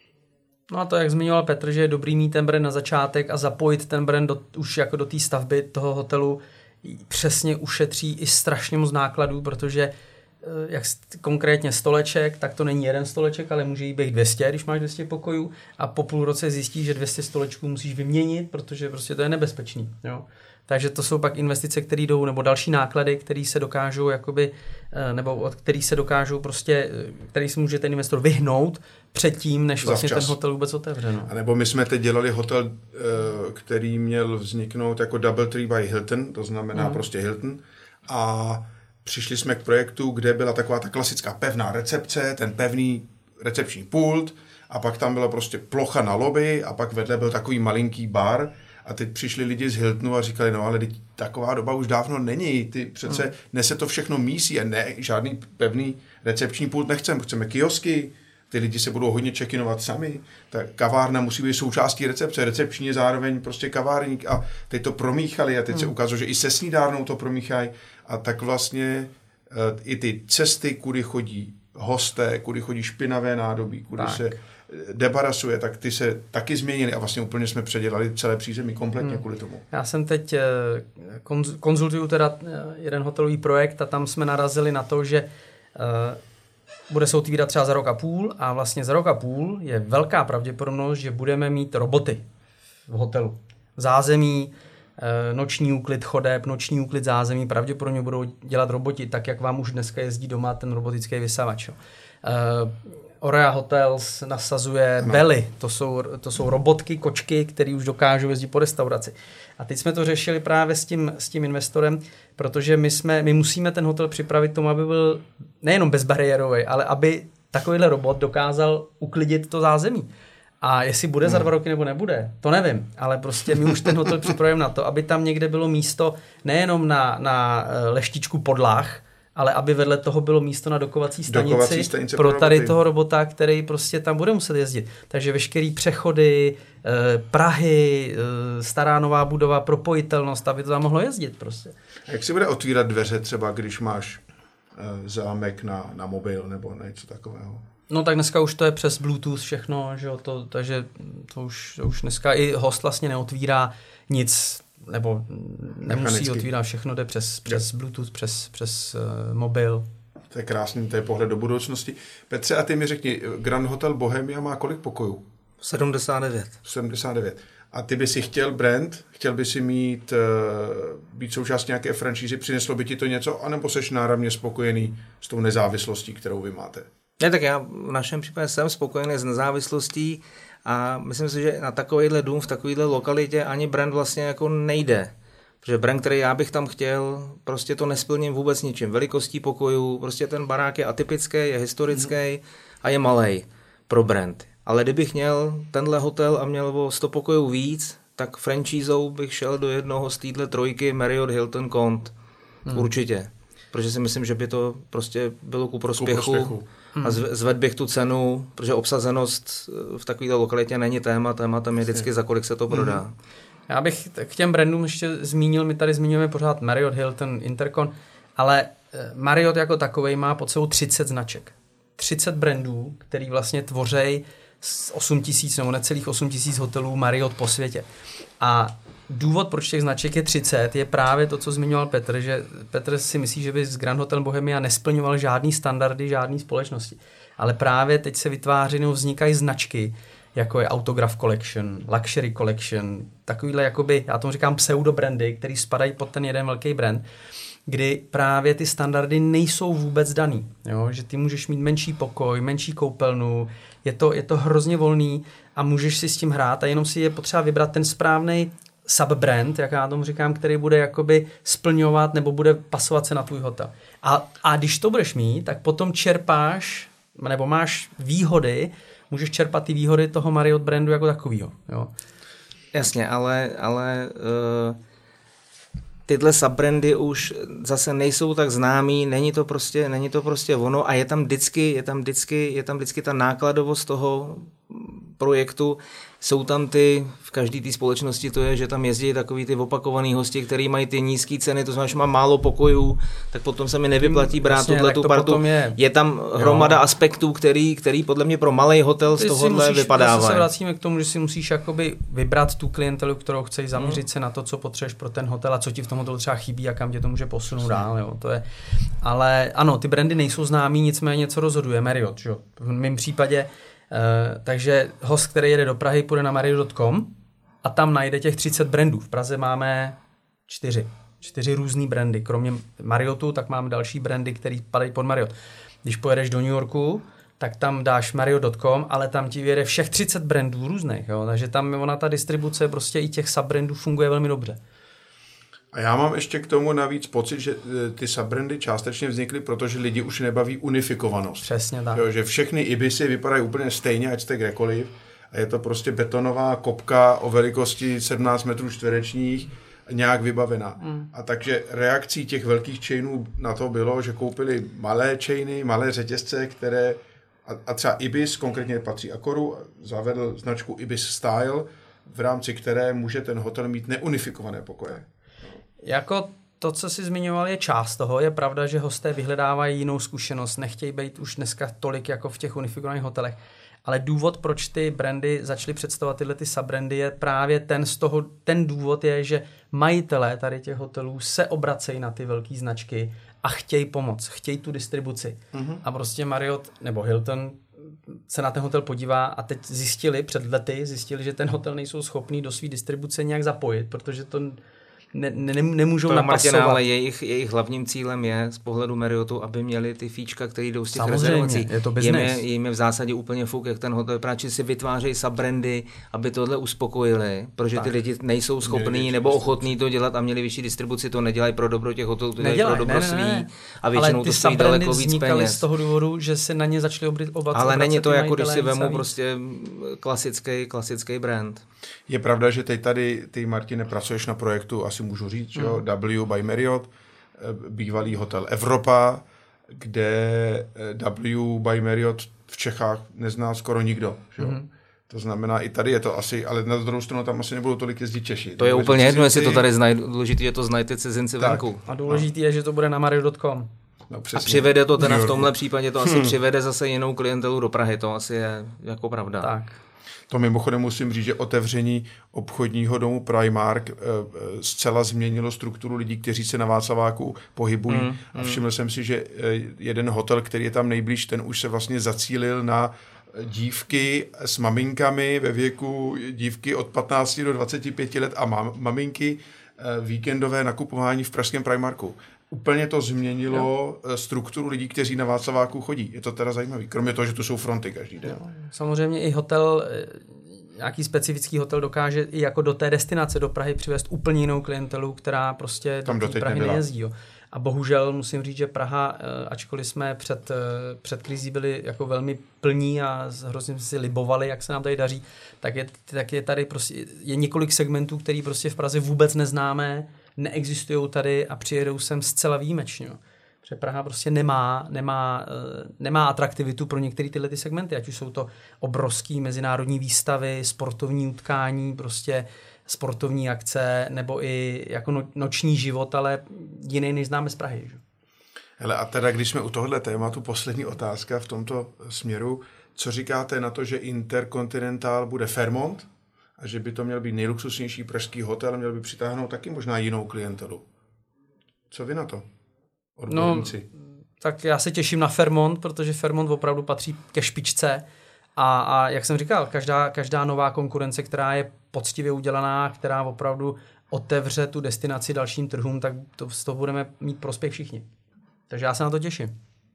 No a to, jak zmiňoval Petr, že je dobrý mít ten brand na začátek a zapojit ten brand už jako do té stavby toho hotelu, přesně ušetří i strašně moc nákladů, protože jak konkrétně stoleček, tak to není jeden stoleček, ale může jí být 200, když máš 200 pokojů a po půl roce zjistíš, že 200 stolečků musíš vyměnit, protože prostě to je nebezpečný. Jo? Takže to jsou pak investice, které jdou, nebo další náklady, které se dokážou jakoby, nebo od kterých se dokážou prostě, který si může ten investor vyhnout předtím, než vlastně ten hotel vůbec otevře. No. A nebo my jsme teď dělali hotel, který měl vzniknout jako Doubletree by Hilton, to znamená prostě Hilton, a přišli jsme k projektu, kde byla taková ta klasická pevná recepce, ten pevný recepční pult, a pak tam byla prostě plocha na lobby a pak vedle byl takový malinký bar. A teď přišli lidi z Hiltonu a říkali, no ale taková doba už dávno není, ty přece nese to všechno mísí a ne, žádný pevný recepční pult nechceme, chceme kiosky ty lidi se budou hodně check-inovat sami, ta kavárna musí být součástí recepce, recepční je zároveň prostě kavárník a teď to promíchali a teď se ukázalo, že i se snídárnou to promíchají a tak vlastně i ty cesty, kudy chodí hosté, kudy chodí špinavé nádobí, kudy se debarasuje, tak ty se taky změnily a vlastně úplně jsme předělali celé přízemí kompletně kvůli tomu. Já jsem teď konzultuju teda jeden hotelový projekt a tam jsme narazili na to, že bude se otvírat třeba za rok a půl a vlastně za rok a půl je velká pravděpodobnost, že budeme mít roboty v hotelu. V zázemí, noční úklid chodeb, noční úklid zázemí pravděpodobně budou dělat roboti, tak jak vám už dneska jezdí doma ten robotický vysavač. Orea Hotels nasazuje Belly, to jsou robotky, kočky, které už dokážou jezdit po restauraci. A teď jsme to řešili právě s tím investorem, protože my musíme ten hotel připravit tomu, aby byl nejenom bezbariérový, ale aby takovýhle robot dokázal uklidit to zázemí. A jestli bude za 2 roky nebo nebude, to nevím, ale prostě my už ten hotel připravujeme na to, aby tam někde bylo místo nejenom na leštičku podlah, ale aby vedle toho bylo místo na dokovací stanici pro tady toho robota, který prostě tam bude muset jezdit. Takže veškerý přechody, Prahy, stará nová budova, propojitelnost, aby to tam mohlo jezdit prostě. A jak si bude otvírat dveře třeba, když máš zámek na mobil nebo něco takového? No tak dneska už to je přes Bluetooth všechno, že jo, takže to už dneska i host vlastně neotvírá nic, nebo nemusí otvírat, všechno jde přes Bluetooth, přes mobil. To je krásný, to je pohled do budoucnosti. Petře, a ty mi řekni, Grand Hotel Bohemia má kolik pokojů? 79. 79. A ty by si chtěl brand, chtěl by si být součástí nějaké franšízy, přineslo by ti to něco, anebo seš náramně spokojený s tou nezávislostí, kterou vy máte? Ne, tak já v našem případě jsem spokojený s nezávislostí a myslím si, že na takovýhle dům v takovýhle lokalitě ani brand vlastně jako nejde. Protože brand, který já bych tam chtěl, prostě to nesplním vůbec ničím. Velikostí pokojů, prostě ten barák je atypický, je historický a je malej pro brand. Ale kdybych měl tenhle hotel a měl o 100 pokojů víc, tak franchízou bych šel do jednoho z téhle trojky Marriott, Hilton, Cont. Určitě. Protože si myslím, že by to prostě bylo ku prospěchu. A zvedl bych tu cenu, protože obsazenost v takovéto lokalitě není tématem je vždycky, za kolik se to prodá. Já bych k těm brandům ještě zmínil, my tady zmiňujeme pořád Marriott, Hilton, Intercon, ale Marriott jako takovej má pod sebou 30 značek. 30 brandů, který vlastně tvoří 8 000 nebo necelých 8 000 hotelů Marriott po světě. A důvod, proč těch značek je 30, je právě to, co zmiňoval Petr, že Petr si myslí, že by z Grand Hotel Bohemia nesplňoval žádný standardy, žádný společnosti. Ale právě teď se vytváří nebo vznikají značky, jako je Autograph Collection, Luxury Collection, takovýhle jakoby, já tomu říkám pseudobrandy, který spadají pod ten jeden velký brand, kdy právě ty standardy nejsou vůbec daný. Jo? Že ty můžeš mít menší pokoj, menší koupelnu, je to hrozně volný a můžeš si s tím hrát a jenom si je potřeba vybrat ten správný subbrand, jak já tomu říkám, který bude jakoby splňovat nebo bude pasovat se na tvůj hotel. A když to budeš mít, tak potom čerpáš, nebo máš výhody, můžeš čerpat ty výhody toho Marriott brandu jako takovýho. Jo. Jasně, ale tyhle subbrandy už zase nejsou tak známý, není to prostě ono a je tam vždycky ta nákladovost toho projektu. Jsou tam v každé té společnosti to je, že tam jezdí takový ty opakovaný hosti, který mají ty nízké ceny, to znamená, že má málo pokojů, tak potom se mi nevyplatí brát tuhletu partu. Je tam hromada aspektů, který podle mě pro malý hotel z tohohle vypadávají. Se vracíme k tomu, že si musíš jakoby vybrat tu klientelu, kterou chceš, zaměřit se na to, co potřebuješ pro ten hotel a co ti v tom hotelu třeba chybí a kam tě to může posunout dál. Jo. To je. Ale ano, ty brandy nejsou známý, nicméně něco rozhoduje. Marriott, že? V mém případě. Takže host, který jede do Prahy, půjde na Marriott.com a tam najde těch 30 brandů. V Praze máme 4 různý brandy. Kromě Marriottu, tak máme další brandy, které padají pod Marriott. Když pojedeš do New Yorku, tak tam dáš Marriott.com, ale tam ti vyjede všech 30 brandů různých. Jo? Takže tam ta distribuce prostě i těch subbrandů funguje velmi dobře. A já mám ještě k tomu navíc pocit, že ty subbrandy částečně vznikly, protože lidi už nebaví unifikovanost. Přesně tak. Jo, že všechny Ibisy vypadají úplně stejně, ať jste kdekoliv. A je to prostě betonová kopka o velikosti 17 metrů čtverečních, nějak vybavená. A takže reakcí těch velkých chainů na to bylo, že koupili malé chainy, malé řetězce, které A třeba Ibis, konkrétně patří Accoru, zavedl značku Ibis Style, v rámci které může ten hotel mít neunifikované pokoje. Jako to, co jsi zmiňoval, je část toho. Je pravda, že hosté vyhledávají jinou zkušenost, nechtějí být už dneska tolik jako v těch unifikovaných hotelech. Ale důvod, proč ty brandy začaly představovat tyhle ty subbrandy, je právě ten důvod je, že majitelé tady těch hotelů se obracejí na ty velké značky a chtějí pomoct, chtějí tu distribuci. A prostě Marriott nebo Hilton se na ten hotel podívá a teď před lety zjistili, že ten hotel nejsou schopní do své distribuce nějak zapojit, protože to nemůžou to napasovat. Ale jejich hlavním cílem je z pohledu Marriottu, aby měli ty fíčka, které jdou z těch rezervací. Je to business. Jim je v zásadě úplně fuk, jak ten hotel vypadá, si vytvářejí subbrandy, aby tohle uspokojili, protože ty lidi nejsou schopní nebo ochotní to dělat a měli vyšší distribuci, to nedělají pro dobro těch hotelů, to dělají pro dobro svý a většinou to stojí daleko víc peněz. Z toho důvodu, že se na ně začali obracet. Ale není to jako, když si vemu prostě klasický brand. Je pravda, že teď tady, ty Martine, pracuješ na projektu, asi můžu říct, že jo, W by Marriott, bývalý hotel Evropa, kde W by Marriott v Čechách nezná skoro nikdo. Že jo? To znamená, i tady je to asi, ale na druhou stranu tam asi nebudou tolik jezdit Češi. To je úplně jedno, jestli to tady znají, důležité je to znají ty cizinci venku. A důležité je, že to bude na Marriott.com. No, a přivede to teda v tomhle případě, to asi přivede zase jinou klientelu do Prahy, to asi je jako pravda. Tak. To mimochodem musím říct, že otevření obchodního domu Primark zcela změnilo strukturu lidí, kteří se na Václaváku pohybují. A všiml jsem si, že jeden hotel, který je tam nejblíž, ten už se vlastně zacílil na dívky s maminkami ve věku dívky od 15 do 25 let a maminky víkendové nakupování v pražském Primarku. Úplně to změnilo strukturu lidí, kteří na Václaváku chodí. Je to teda zajímavý. Kromě toho, že tu jsou fronty každý den. Samozřejmě i hotel, nějaký specifický hotel dokáže i jako do té destinace do Prahy přivést úplně jinou klientelu, která prostě tam do té Prahy nejezdí. Jo. A bohužel musím říct, že Praha, ačkoliv jsme před krizí byli jako velmi plní a hrozně si libovali, jak se nám tady daří, tak je tady prostě je několik segmentů, který prostě v Praze vůbec neznáme, neexistují tady a přijedou sem zcela výjimečně. Protože Praha prostě nemá atraktivitu pro některé tyhle ty segmenty, ať už jsou to obrovský mezinárodní výstavy, sportovní utkání, prostě sportovní akce, nebo i jako noční život, ale jiný než známe z Prahy. Že? Hele, a teda, když jsme u tohohle tématu, poslední otázka v tomto směru, co říkáte na to, že Intercontinental bude Fairmont a že by to měl být nejluxusnější pražský hotel a měl by přitáhnout taky možná jinou klientelu? Co vy na to? Odborníci. No, tak já se těším na Fairmont, protože Fairmont opravdu patří ke špičce a jak jsem říkal, každá nová konkurence, která je poctivě udělaná, která opravdu otevře tu destinaci dalším trhům, tak to budeme mít prospěch všichni. Takže já se na to těším.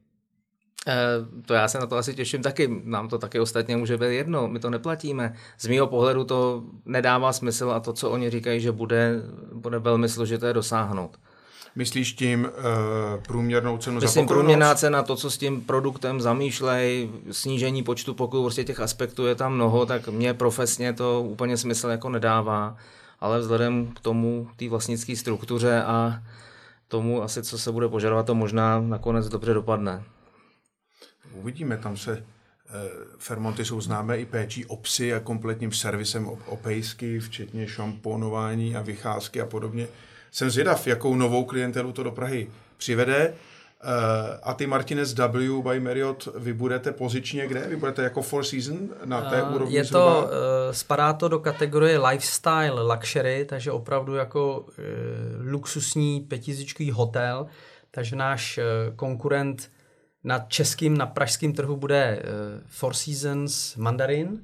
To já se na to asi těším taky. Nám to taky ostatně může být jedno. My to neplatíme. Z mýho pohledu to nedává smysl a to, co oni říkají, že bude velmi složité dosáhnout. Myslíš tím průměrnou cenu za pokoj? Průměrná cena, to, co s tím produktem zamýšlej, snížení počtu pokojů, prostě těch aspektů je tam mnoho, tak mně profesně to úplně smysl jako nedává. Ale vzhledem k tomu, té vlastnické struktuře a tomu asi, co se bude požadovat, to možná nakonec dobře dopadne. Uvidíme, tam se Fairmonty jsou známé i péčí o psy a kompletním servisem o pejsky, včetně šamponování a vycházky a podobně. Jsem zvědav, jakou novou klientelu to do Prahy přivede. A ty, Martine, z W by Marriott, vy budete pozičně kde? Vy budete jako Four Seasons na té úrovni zhruba? Spadá to do kategorie lifestyle luxury, takže opravdu jako luxusní pětihvězdičkový hotel. Takže náš konkurent na pražském trhu bude Four Seasons Mandarin,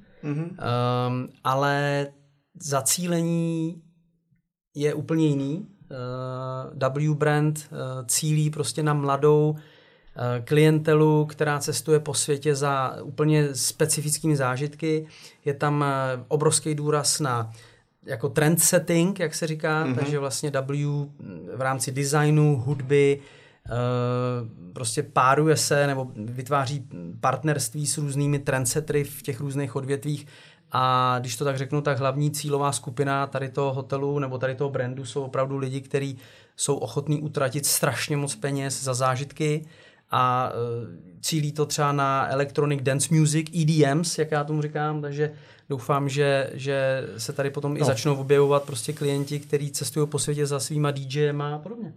ale zacílení je úplně jiný. W brand cílí prostě na mladou klientelu, která cestuje po světě za úplně specifickými zážitky. Je tam obrovský důraz na jako trend setting, jak se říká, takže vlastně W v rámci designu, hudby prostě páruje se nebo vytváří partnerství s různými trendsettery v těch různých odvětvích. A když to tak řeknu, tak hlavní cílová skupina tady toho hotelu nebo tady toho brandu jsou opravdu lidi, kteří jsou ochotní utratit strašně moc peněz za zážitky a cílí to třeba na electronic dance music, EDMs, jak já tomu říkám, takže doufám, že se tady potom i začnou objevovat prostě klienti, kteří cestují po světě za svýma DJem a podobně.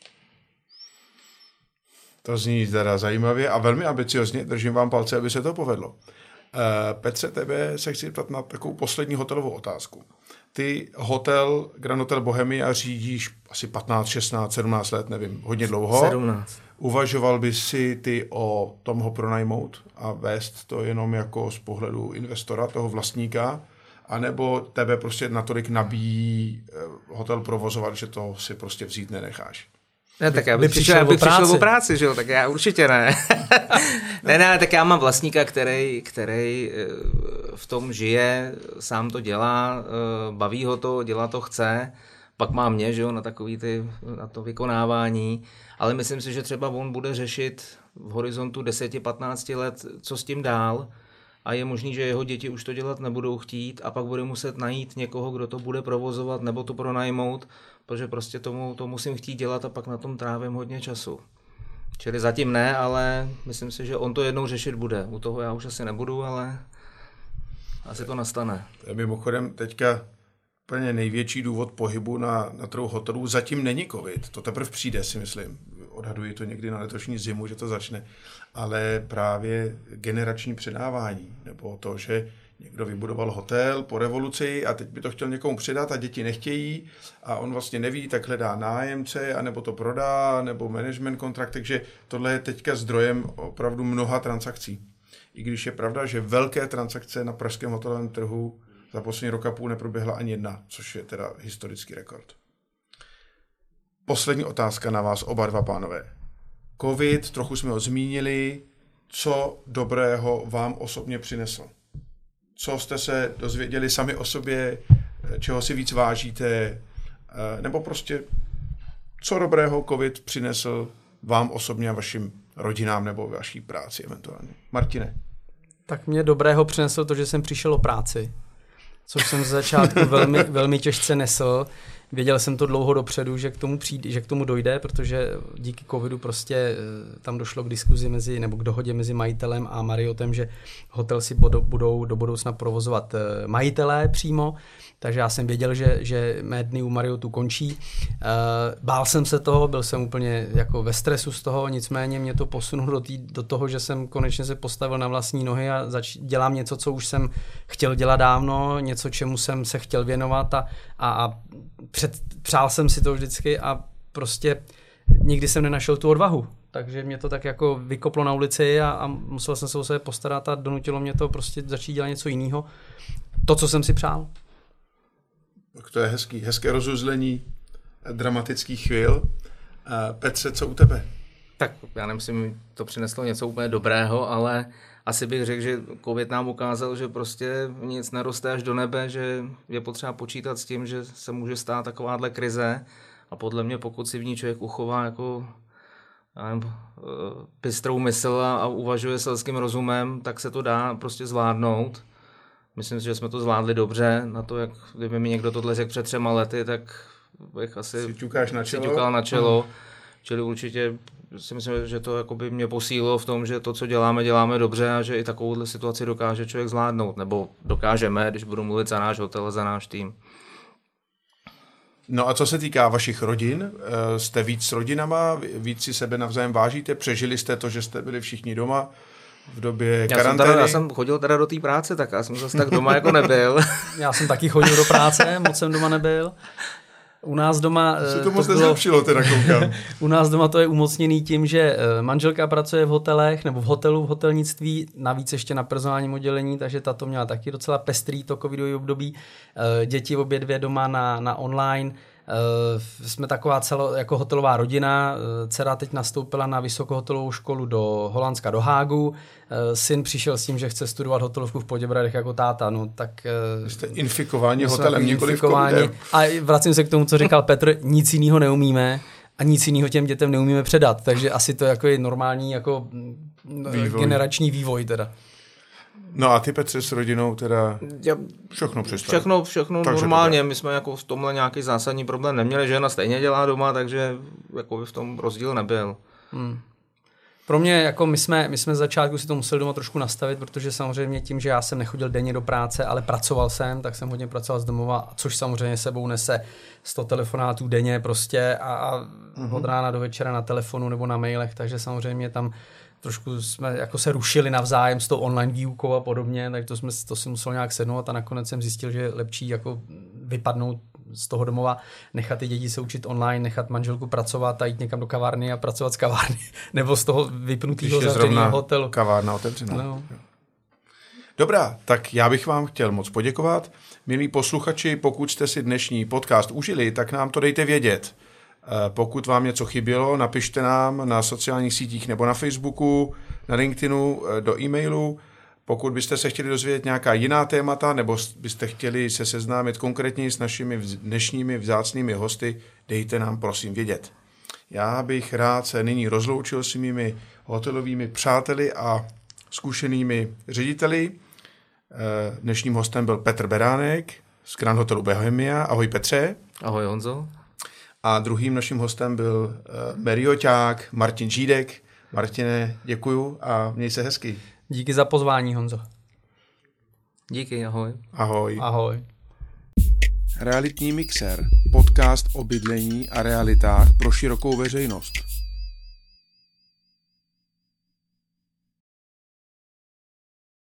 To zní teda zajímavě a velmi ambiciozně, držím vám palce, aby se to povedlo. Petře, tebe se chci zeptat na takovou poslední hotelovou otázku. Ty Grand Hotel Bohemia řídíš asi 15, 16, 17 let, nevím, hodně dlouho. 17. Uvažoval bys si ty o tom ho pronajmout a vést to jenom jako z pohledu investora, toho vlastníka, anebo tebe prostě natolik nabíjí hotel provozovat, že to si prostě vzít nenecháš? Ne, tak já bych přišel o práci, že jo, tak já určitě ne. ne, tak já mám vlastníka, který v tom žije, sám to dělá, baví ho to, dělá to chce, pak má mě, že jo, na to vykonávání, ale myslím si, že třeba on bude řešit v horizontu 10-15 let, co s tím dál, a je možný, že jeho děti už to dělat nebudou chtít a pak bude muset najít někoho, kdo to bude provozovat nebo to pronajmout, protože prostě to musím chtít dělat a pak na tom trávím hodně času. Čili zatím ne, ale myslím si, že on to jednou řešit bude. U toho já už asi nebudu, ale asi to nastane. Mimochodem teďka úplně největší důvod pohybu na trhu hotelů zatím není covid. To teprve přijde, si myslím. Odhaduji to někdy na letošní zimu, že to začne. Ale právě generační předávání, nebo to, že někdo vybudoval hotel po revoluci a teď by to chtěl někomu předat a děti nechtějí a on vlastně neví, tak hledá nájemce, anebo to prodá, nebo management kontrakt, takže tohle je teďka zdrojem opravdu mnoha transakcí. I když je pravda, že velké transakce na pražském hotelovém trhu za poslední rok a půl neproběhla ani jedna, což je teda historický rekord. Poslední otázka na vás oba dva, pánové. Covid, trochu jsme ho zmínili, co dobrého vám osobně přinesl? Co jste se dozvěděli sami o sobě, čeho si víc vážíte, nebo prostě co dobrého covid přinesl vám osobně a vašim rodinám nebo vaší práci eventuálně? Martine. Tak mě dobrého přineslo to, že jsem přišel o práci, což jsem z začátku velmi, velmi těžce nesl. Věděl jsem to dlouho dopředu, že k tomu dojde, protože díky covidu prostě tam došlo k diskuzi k dohodě mezi majitelem a Marriotem, že hotel si budou do budoucna provozovat majitelé přímo, takže já jsem věděl, že mé dny u Marriotu končí. Bál jsem se toho, byl jsem úplně jako ve stresu z toho, nicméně mě to posunulo do toho, že jsem konečně se postavil na vlastní nohy a dělám něco, co už jsem chtěl dělat dávno, něco, čemu jsem se chtěl věnovat a přál jsem si to vždycky a prostě nikdy jsem nenašel tu odvahu. Takže mě to tak jako vykoplo na ulici a musel jsem se o sebe postarat a donutilo mě to prostě začít dělat něco jiného. To, co jsem si přál. Tak to je hezké rozuzlení dramatických chvil. Petře, co u tebe? Tak já nemyslím, to přineslo něco úplně dobrého, ale asi bych řekl, že covid nám ukázal, že prostě nic neroste až do nebe, že je potřeba počítat s tím, že se může stát takováhle krize a podle mě, pokud si v ní člověk uchová jako pystrou mysl a uvažuje selským rozumem, tak se to dá prostě zvládnout. Myslím si, že jsme to zvládli dobře. Na to, jak kdyby mi někdo tohle řekl před 3 lety, tak bych asi si ťukal na čelo. Čili určitě si myslím, že to jakoby mě posílilo v tom, že to, co děláme dobře a že i takovouhle situaci dokáže člověk zvládnout. Nebo dokážeme, když budu mluvit za náš hotel, za náš tým. No a co se týká vašich rodin, jste víc s rodinama, víc si sebe navzájem vážíte, přežili jste to, že jste byli všichni doma v době karantény? Já jsem chodil teda do té práce, tak já jsem zase tak doma jako nebyl. Já jsem taky chodil do práce, moc jsem doma nebyl. U nás doma se to moc nezlepšilo, teda koukám. U nás doma to je umocněný tím, že manželka pracuje v hotelech nebo v hotelnictví, navíc ještě na personálním oddělení, takže tato měla taky docela pestrý to covidový období. Děti obě dvě doma na online. Jsme taková jako hotelová rodina. Dcera teď nastoupila na vysokohotelovou školu do Holandska, do Hágu. Syn přišel s tím, že chce studovat hotelovku v Poděbradech jako táta. No, tak, jste infikováni hotelem, nikoliv covidem. A vracím se k tomu, co říkal Petr, nic jiného neumíme a nic jiného těm dětem neumíme předat. Takže asi to jako je normální jako generační vývoj teda. No a ty, Petře, s rodinou teda všechno přestali? Všechno normálně. My jsme jako v tomhle nějaký zásadní problém neměli. Žena stejně dělá doma, takže jako v tom rozdíl nebyl. Pro mě, jako my jsme z začátku si to museli doma trošku nastavit, protože samozřejmě tím, že já jsem nechodil denně do práce, ale pracoval jsem, tak jsem hodně pracoval z domova, což samozřejmě sebou nese 100 telefonátů denně prostě a od rána do večera na telefonu nebo na mailech, takže samozřejmě tam trošku jsme jako se rušili navzájem s tou online výukou a podobně, tak to si musel nějak sednout a nakonec jsem zjistil, že je lepší jako vypadnout z toho domova, nechat ty děti se učit online, nechat manželku pracovat a jít někam do kavárny a pracovat z kavárny, nebo z toho vypnutého zavřeného hotelu. Kavárna otevřená. No. Dobrá, tak já bych vám chtěl moc poděkovat. Milí posluchači, pokud jste si dnešní podcast užili, tak nám to dejte vědět. Pokud vám něco chybělo, napište nám na sociálních sítích nebo na Facebooku, na LinkedInu, do e-mailu. Pokud byste se chtěli dozvědět nějaká jiná témata nebo byste chtěli se seznámit konkrétně s našimi dnešními vzácnými hosty, dejte nám prosím vědět. Já bych rád se nyní rozloučil s mými hotelovými přáteli a zkušenými řediteli. Dnešním hostem byl Petr Beránek z Grand Hotelu Bohemia. Ahoj Petře. Ahoj Honzo. A druhým naším hostem byl Merioťák Martin Žídek. Martine, děkuju a měj se hezky. Díky za pozvání, Honzo. Díky, ahoj. Ahoj. Ahoj. Realitní mixer, podcast o bydlení a realitách pro širokou veřejnost.